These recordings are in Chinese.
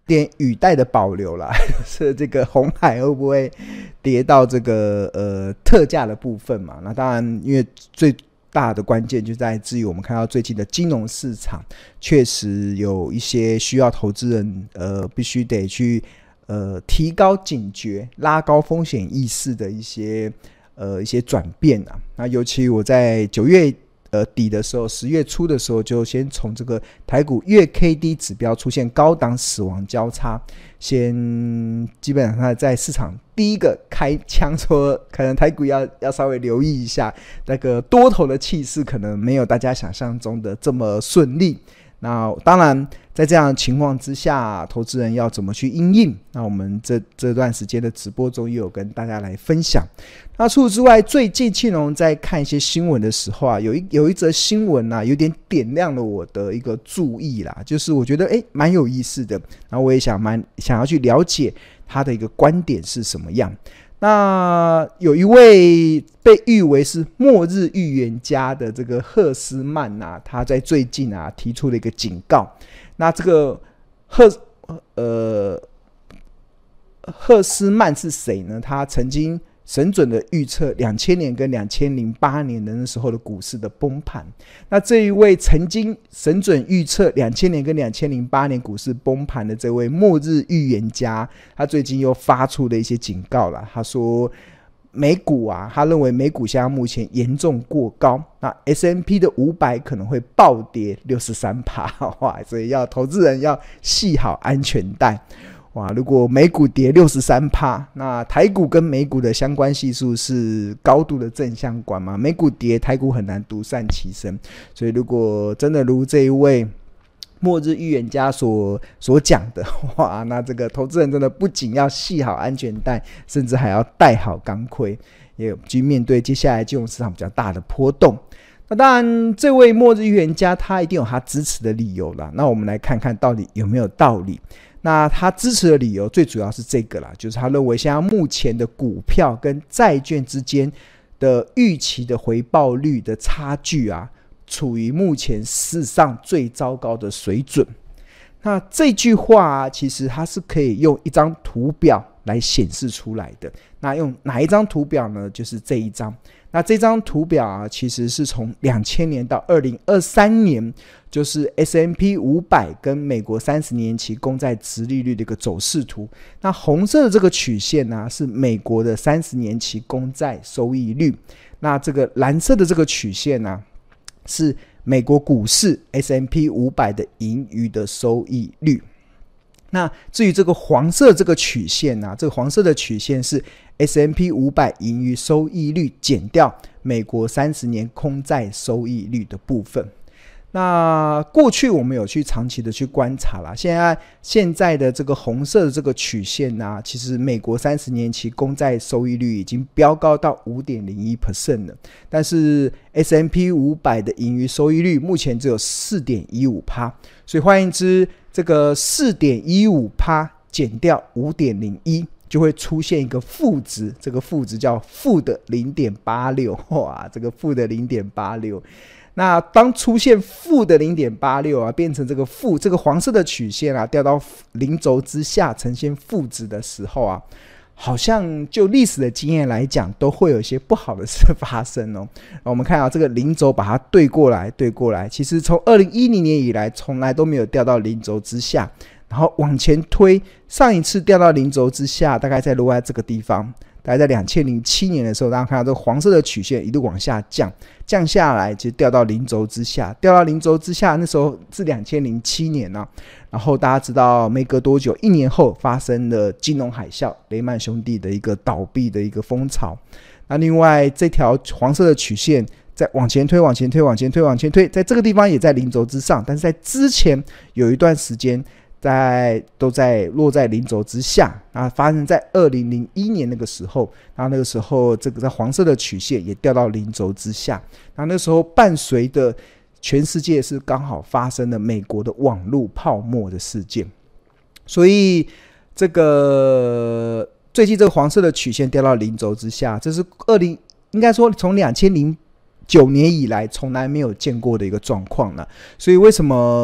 点语带的保留啦，是这个鸿海会不会跌到这个特价的部分嘛？那当然，因为最大的关键就在于我们看到最近的金融市场确实有一些需要投资人必须得去提高警觉、拉高风险意识的一些转变啊。那尤其我在9月底的时候，10月初的时候，就先从这个台股月 KD 指标出现高档死亡交叉，先基本上在市场第一个开枪说，可能台股要稍微留意一下，那个多头的气势可能没有大家想象中的这么顺利。那当然在这样的情况之下，投资人要怎么去因应，那我们这段时间的直播中也有跟大家来分享。那除此之外，最近庆隆在看一些新闻的时候啊，有一则新闻啊，有点点亮了我的一个注意啦，就是我觉得蛮有意思的，然后我也想要去了解他的一个观点是什么样。那有一位被誉为是末日预言家的这个赫斯曼啊，他在最近啊提出了一个警告。那这个赫斯曼是谁呢？他曾经神准的预测2000年跟2008年的那时候的股市的崩盘。那这一位曾经神准预测2000年跟2008年股市崩盘的这位末日预言家，他最近又发出了一些警告了。他说美股啊，他认为美股现在目前严重过高，那 S&P 的500可能会暴跌 63%， 哇，所以投资人要系好安全带。哇，如果美股跌 63%， 那台股跟美股的相关系数是高度的正相关嘛？美股跌，台股很难独善其身。所以如果真的如这一位末日预言家所讲的，哇，那这个投资人真的不仅要系好安全带，甚至还要戴好钢盔，也去面对接下来金融市场比较大的波动。那当然，这位末日预言家他一定有他支持的理由啦。那我们来看看到底有没有道理。那他支持的理由最主要是这个啦，就是他认为现在目前的股票跟债券之间的预期的回报率的差距啊，处于目前史上最糟糕的水准。那这句话啊，其实它是可以用一张图表来显示出来的。那用哪一张图表呢？就是这一张。那这张图表啊，其实是从2000年到2023年，就是 S&P 500跟美国30年期公债殖利率的一个走势图。那红色的这个曲线啊，是美国的30年期公债收益率。那这个蓝色的这个曲线啊，是美国股市 S&P 500的盈余的收益率。那至于这个黄色这个曲线啊，这个黄色的曲线是 S&P 500盈余收益率减掉美国30年公债收益率的部分。那过去我们有去长期的去观察啦，现在的这个红色的这个曲线啊，其实美国30年期公债收益率已经飙高到 5.01% 了，但是 S&P 500的盈余收益率目前只有 4.15%， 所以换言之，这个 4.15% 减掉 5.01就会出现一个负值，这个负值叫负的 0.86， 哇，这个负的 0.86。那当出现负的 0.86 啊，变成这个黄色的曲线啊，掉到零轴之下呈现负值的时候啊，好像就历史的经验来讲，都会有一些不好的事发生哦。我们看到这个零轴把它对过来，其实从2010年以来，从来都没有掉到零轴之下。然后往前推，上一次掉到零轴之下，大概在落在这个地方，大概在2007年的时候，大家看到这个黄色的曲线一路往下降下来，就掉到零轴之下，那时候是2007年啊。然后大家知道，没隔多久，1年后发生了金融海啸，雷曼兄弟的一个倒闭的一个风潮。那另外这条黄色的曲线再往前推，在这个地方也在零轴之上，但是在之前有一段时间都在落在零轴之下，然后发生在2001年那个时候，然后那个时候这个在黄色的曲线也掉到零轴之下，然后那时候伴随的全世界是刚好发生了美国的网络泡沫的事件，所以这个最近这个黄色的曲线掉到零轴之下，这是应该说从2009年以来从来没有见过的一个状况了。所以为什么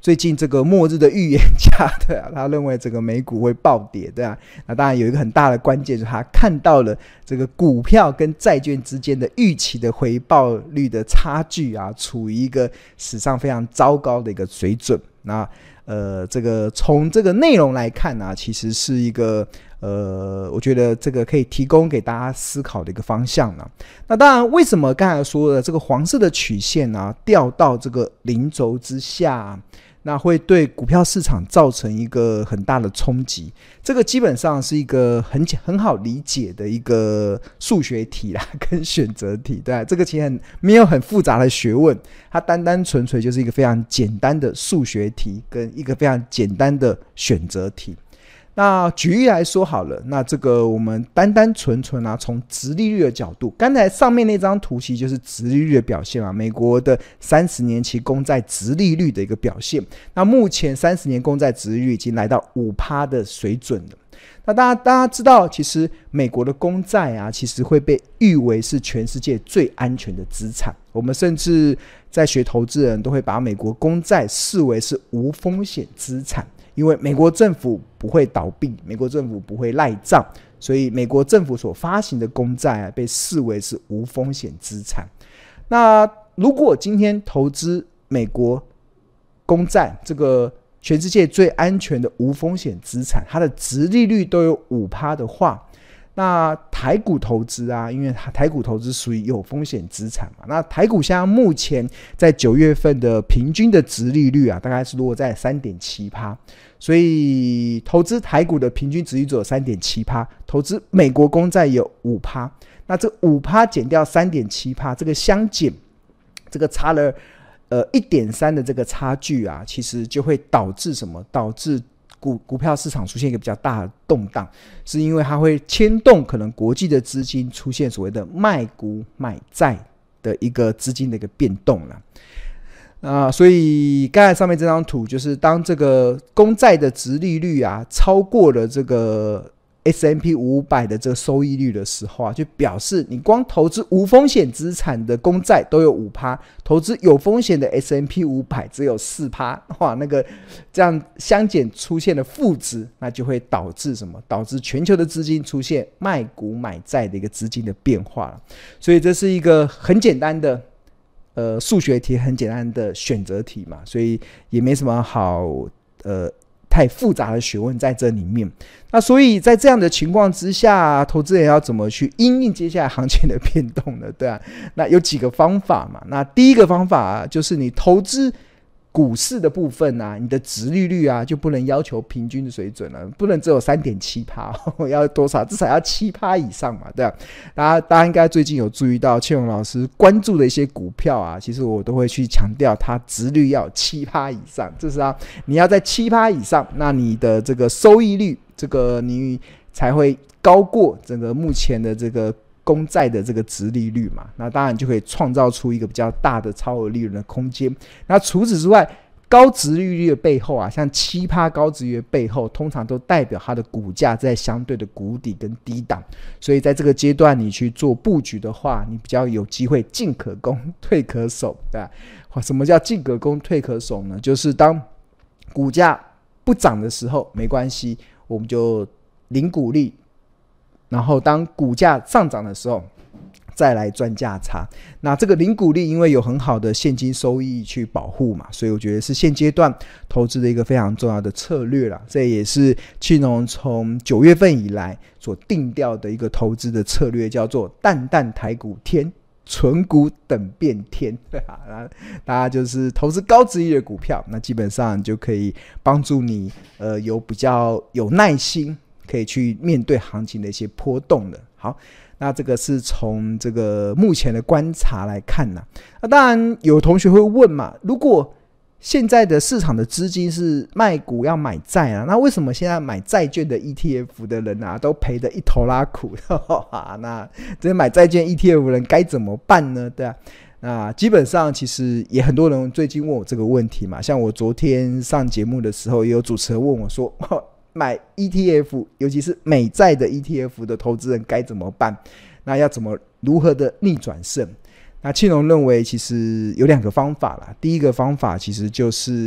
最近这个末日的预言家，对啊，他认为整个美股会暴跌，对啊，那当然有一个很大的关键就是他看到了这个股票跟债券之间的预期的回报率的差距啊，处于一个史上非常糟糕的一个水准。那这个从这个内容来看啊，其实是一个我觉得这个可以提供给大家思考的一个方向啊。那当然，为什么刚才说的这个黄色的曲线啊掉到这个零轴之下啊，那会对股票市场造成一个很大的冲击？这个基本上是一个很好理解的一个数学题啦，跟选择题，对啊，这个其实没有很复杂的学问，它单单纯粹就是一个非常简单的数学题跟一个非常简单的选择题。那举例来说好了，那这个我们单纯啊，从殖利率的角度，刚才上面那张图其实就是殖利率的表现啊，美国的30年期公债殖利率的一个表现。那目前30年公债殖利率已经来到 5% 的水准了。那大家知道，其实美国的公债啊，其实会被誉为是全世界最安全的资产。我们甚至在学投资人都会把美国公债视为是无风险资产。因为美国政府不会倒闭，美国政府不会赖账，所以美国政府所发行的公债啊，被视为是无风险资产。那如果今天投资美国公债，这个全世界最安全的无风险资产，它的殖利率都有 5% 的话，那台股投资啊，因为台股投资属于有风险资产嘛，那台股现在目前在9月份的平均的殖利率啊，大概是落在 3.7%， 所以投资台股的平均殖利率只有 3.7%， 投资美国公债有 5%， 那这 5% 减掉 3.7%， 这个相减，这个差了1.3 的这个差距啊，其实就会导致什么？导致股票市场出现一个比较大的动荡，是因为它会牵动可能国际的资金出现所谓的卖股买债的一个资金的一个变动了。所以刚才上面这张图就是当这个公债的殖利率啊超过了这个 S&P 500的这个收益率的时候啊，就表示你光投资无风险资产的公债都有 5%， 投资有风险的 S&P 500只有 4%， 哇，那个这样相减出现了负值，那就会导致什么？导致全球的资金出现卖股买债的一个资金的变化了。所以这是一个很简单的数学题，很简单的选择题嘛，所以也没什么好太复杂的学问在这里面。那所以在这样的情况之下，投资人要怎么去因应接下来行情的变动呢？对啊，那有几个方法嘛。那第一个方法就是你投资股市的部分啊，你的殖利率啊就不能要求平均的水准了，不能只有 3.7%， 要多少？至少要 7% 以上嘛，对啊。大家应该最近有注意到庆荣老师关注的一些股票啊，其实我都会去强调它殖率要 7% 以上，这是你要在 7% 以上，那你的这个收益率，这个你才会高过整个目前的这个公债的这个殖利率嘛，那当然就可以创造出一个比较大的超额利润的空间。那除此之外，高殖利率的背后啊，像 7% 高殖利率的背后，通常都代表它的股价在相对的谷底跟低档，所以在这个阶段你去做布局的话，你比较有机会进可攻退可守，对吧？什么叫进可攻退可守呢？就是当股价不涨的时候没关系，我们就领股利，然后当股价上涨的时候再来赚价差。那这个领股利因为有很好的现金收益去保护嘛，所以我觉得是现阶段投资的一个非常重要的策略啦。这也是庆农从9月份以来所定调的一个投资的策略，叫做淡淡台股天，存股等变天，对吧？大家就是投资高殖利率的股票，那基本上就可以帮助你有比较有耐心，可以去面对行情的一些波动的。好，那这个是从这个目前的观察来看呢。那当然有同学会问嘛，如果现在的市场的资金是卖股要买债啊，那为什么现在买债券的 ETF 的人啊都赔得一头拉苦？那这些买债券 ETF 的人该怎么办呢？对啊，那基本上其实也很多人最近问我这个问题嘛，像我昨天上节目的时候，也有主持人问我说，买 ETF 尤其是美债的 ETF 的投资人该怎么办？那要如何的逆转胜？那庆荣认为其实有2个方法啦。第一个方法其实就是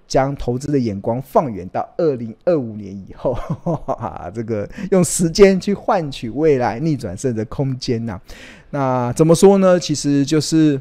将投资的眼光放远到2025年以后这个用时间去换取未来逆转胜的空间啊。那怎么说呢？其实就是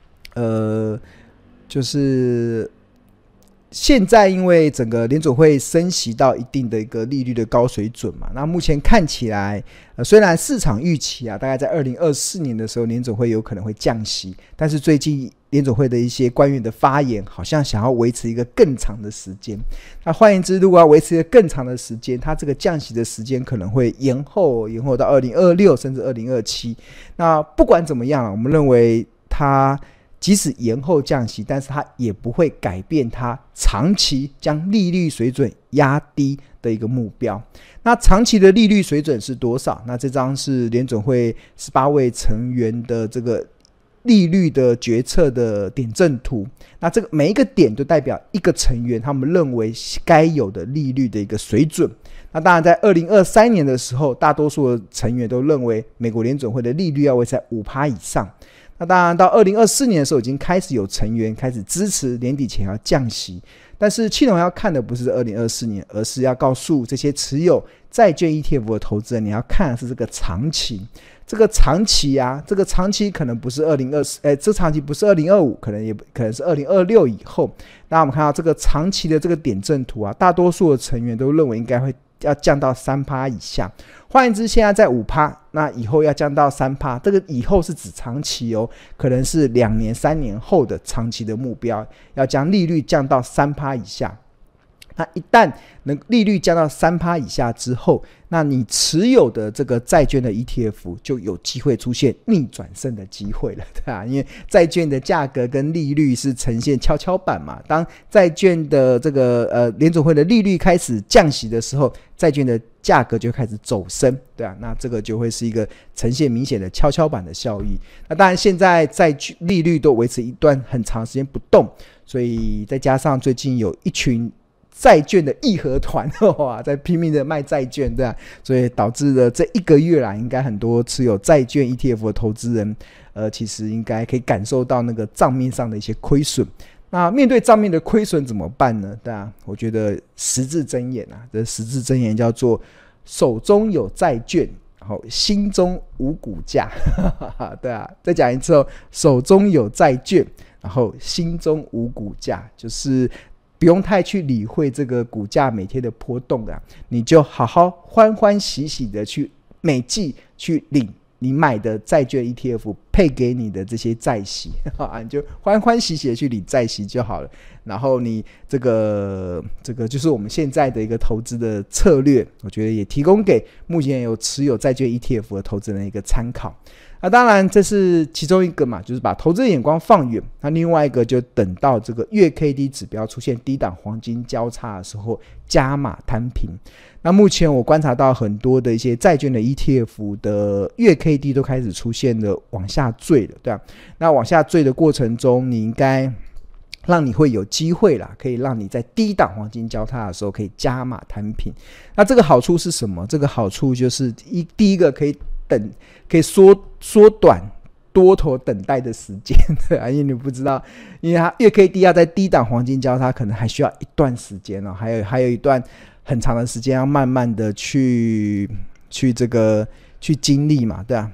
现在因为整个联准会升息到一定的一个利率的高水准嘛，那目前看起来虽然市场预期啊，大概在2024年的时候联准会有可能会降息，但是最近联准会的一些官员的发言好像想要维持一个更长的时间。那换言之，如果要维持一个更长的时间，它这个降息的时间可能会延后到2026甚至2027。那不管怎么样，我们认为它即使延后降息，但是它也不会改变它长期将利率水准压低的一个目标。那长期的利率水准是多少？那这张是联准会18位成员的这个利率的决策的点阵图。那这个每一个点都代表一个成员他们认为该有的利率的一个水准。那当然在2023年的时候，大多数的成员都认为美国联准会的利率要维持在 5% 以上。那当然到2024年的时候，已经开始有成员开始支持年底前要降息，但是庆隆要看的不是2024年，而是要告诉这些持有债券 ETF 的投资人，你要看的是这个长期。这个长期可能不是这长期不是2025，可能是2026以后。那我们看到这个长期的这个点阵图啊，大多数的成员都认为应该会要降到 3% 以下。换言之，现在在 5%， 那以后要降到 3%， 这个以后是指长期哦，可能是2年3年后的长期的目标，要将利率降到 3% 以下。那一旦能利率降到 3% 以下之后，那你持有的这个债券的 ETF 就有机会出现逆转胜的机会了，对吧？因为债券的价格跟利率是呈现跷跷板嘛，当债券的这个联准会的利率开始降息的时候，债券的价格就开始走升，对啊，那这个就会是一个呈现明显的跷跷板的效益。那当然现在债券利率都维持一段很长时间不动，所以再加上最近有一群债券的义和团哇，在拼命的卖债券，对啊，所以导致了这1个月来，应该很多持有债券 ETF 的投资人，其实应该可以感受到那个账面上的一些亏损。那面对账面的亏损怎么办呢？对啊，我觉得10字真言啊，这10字真言叫做手中有债券，然后心中无股价对啊，再讲一次哦，手中有债券，然后心中无股价，就是不用太去理会这个股价每天的波动啊，你就好好欢欢喜喜的去每季去领你买的债券 ETF 配给你的这些债息你就欢欢喜喜的去领债息就好了。然后你这个就是我们现在的一个投资的策略，我觉得也提供给目前有持有债券 ETF 的投资人一个参考。那当然这是其中一个嘛，就是把投资的眼光放远。那另外一个就等到这个月 KD 指标出现低档黄金交叉的时候加码摊平。那目前我观察到很多的一些债券的 ETF 的月 KD 都开始出现了往下坠了，对啊。那往下坠的过程中，你应该让你会有机会啦，可以让你在低档黄金交叉的时候可以加码摊平。那这个好处是什么？这个好处就是第一个可以缩短多头等待的时间，对啊，因为你不知道，因为它月 KD 要在低档黄金交叉，可能还需要一段时间哦，还有一段很长的时间要慢慢的去经历嘛，对啊。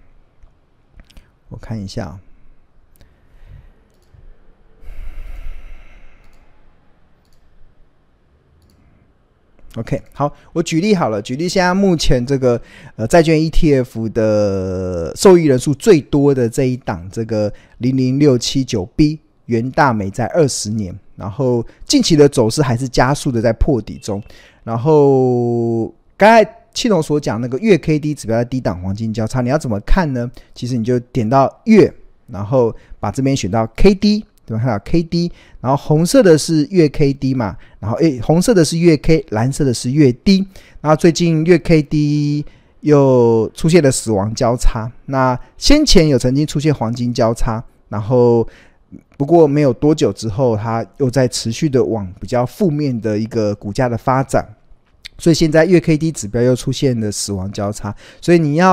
我看一下哦。OK， 好，我举例好了，举例现在目前这个债券 ETF 的受益人数最多的这一档，这个00679B 元大美债20年，然后近期的走势还是加速的在破底中，然后刚才庆隆所讲那个月 KD 指标在低档黄金交叉，你要怎么看呢？其实你就点到月，然后把这边选到 KD。对吧？看到 KD， 然后红色的是月 KD 嘛，然后红色的是月 K， 蓝色的是月 D， 然后最近月 KD 又出现了死亡交叉，那先前有曾经出现黄金交叉，然后不过没有多久之后，它又在持续的往比较负面的一个股价的发展，所以现在月 KD 指标又出现了死亡交叉，所以你要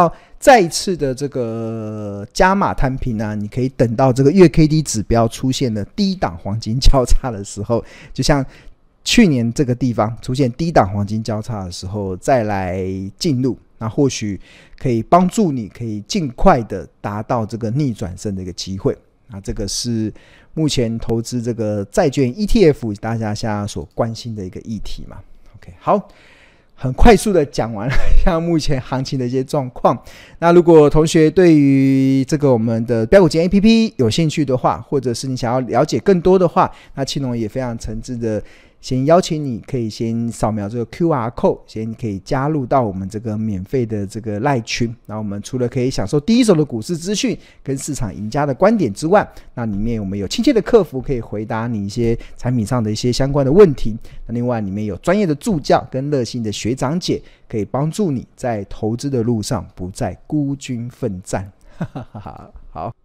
再一次的这个加码摊平啊，你可以等到这个月 K D 指标出现了低档黄金交叉的时候，就像去年这个地方出现低档黄金交叉的时候再来进入，那或许可以帮助你可以尽快的达到这个逆转胜的一个机会。那这个是目前投资这个债券 ETF 大家现在所关心的一个议题嘛。 OK， 好，很快速的讲完了像目前行情的一些状况。那如果同学对于这个我们的标股金 APP 有兴趣的话，或者是你想要了解更多的话，那庆隆也非常诚挚的先邀请你可以先扫描这个 QR code， 先可以加入到我们这个免费的这个赖群。那我们除了可以享受第一手的股市资讯跟市场赢家的观点之外，那里面我们有亲切的客服可以回答你一些产品上的一些相关的问题。那另外里面有专业的助教跟热心的学长姐，可以帮助你在投资的路上不再孤军奋战。好。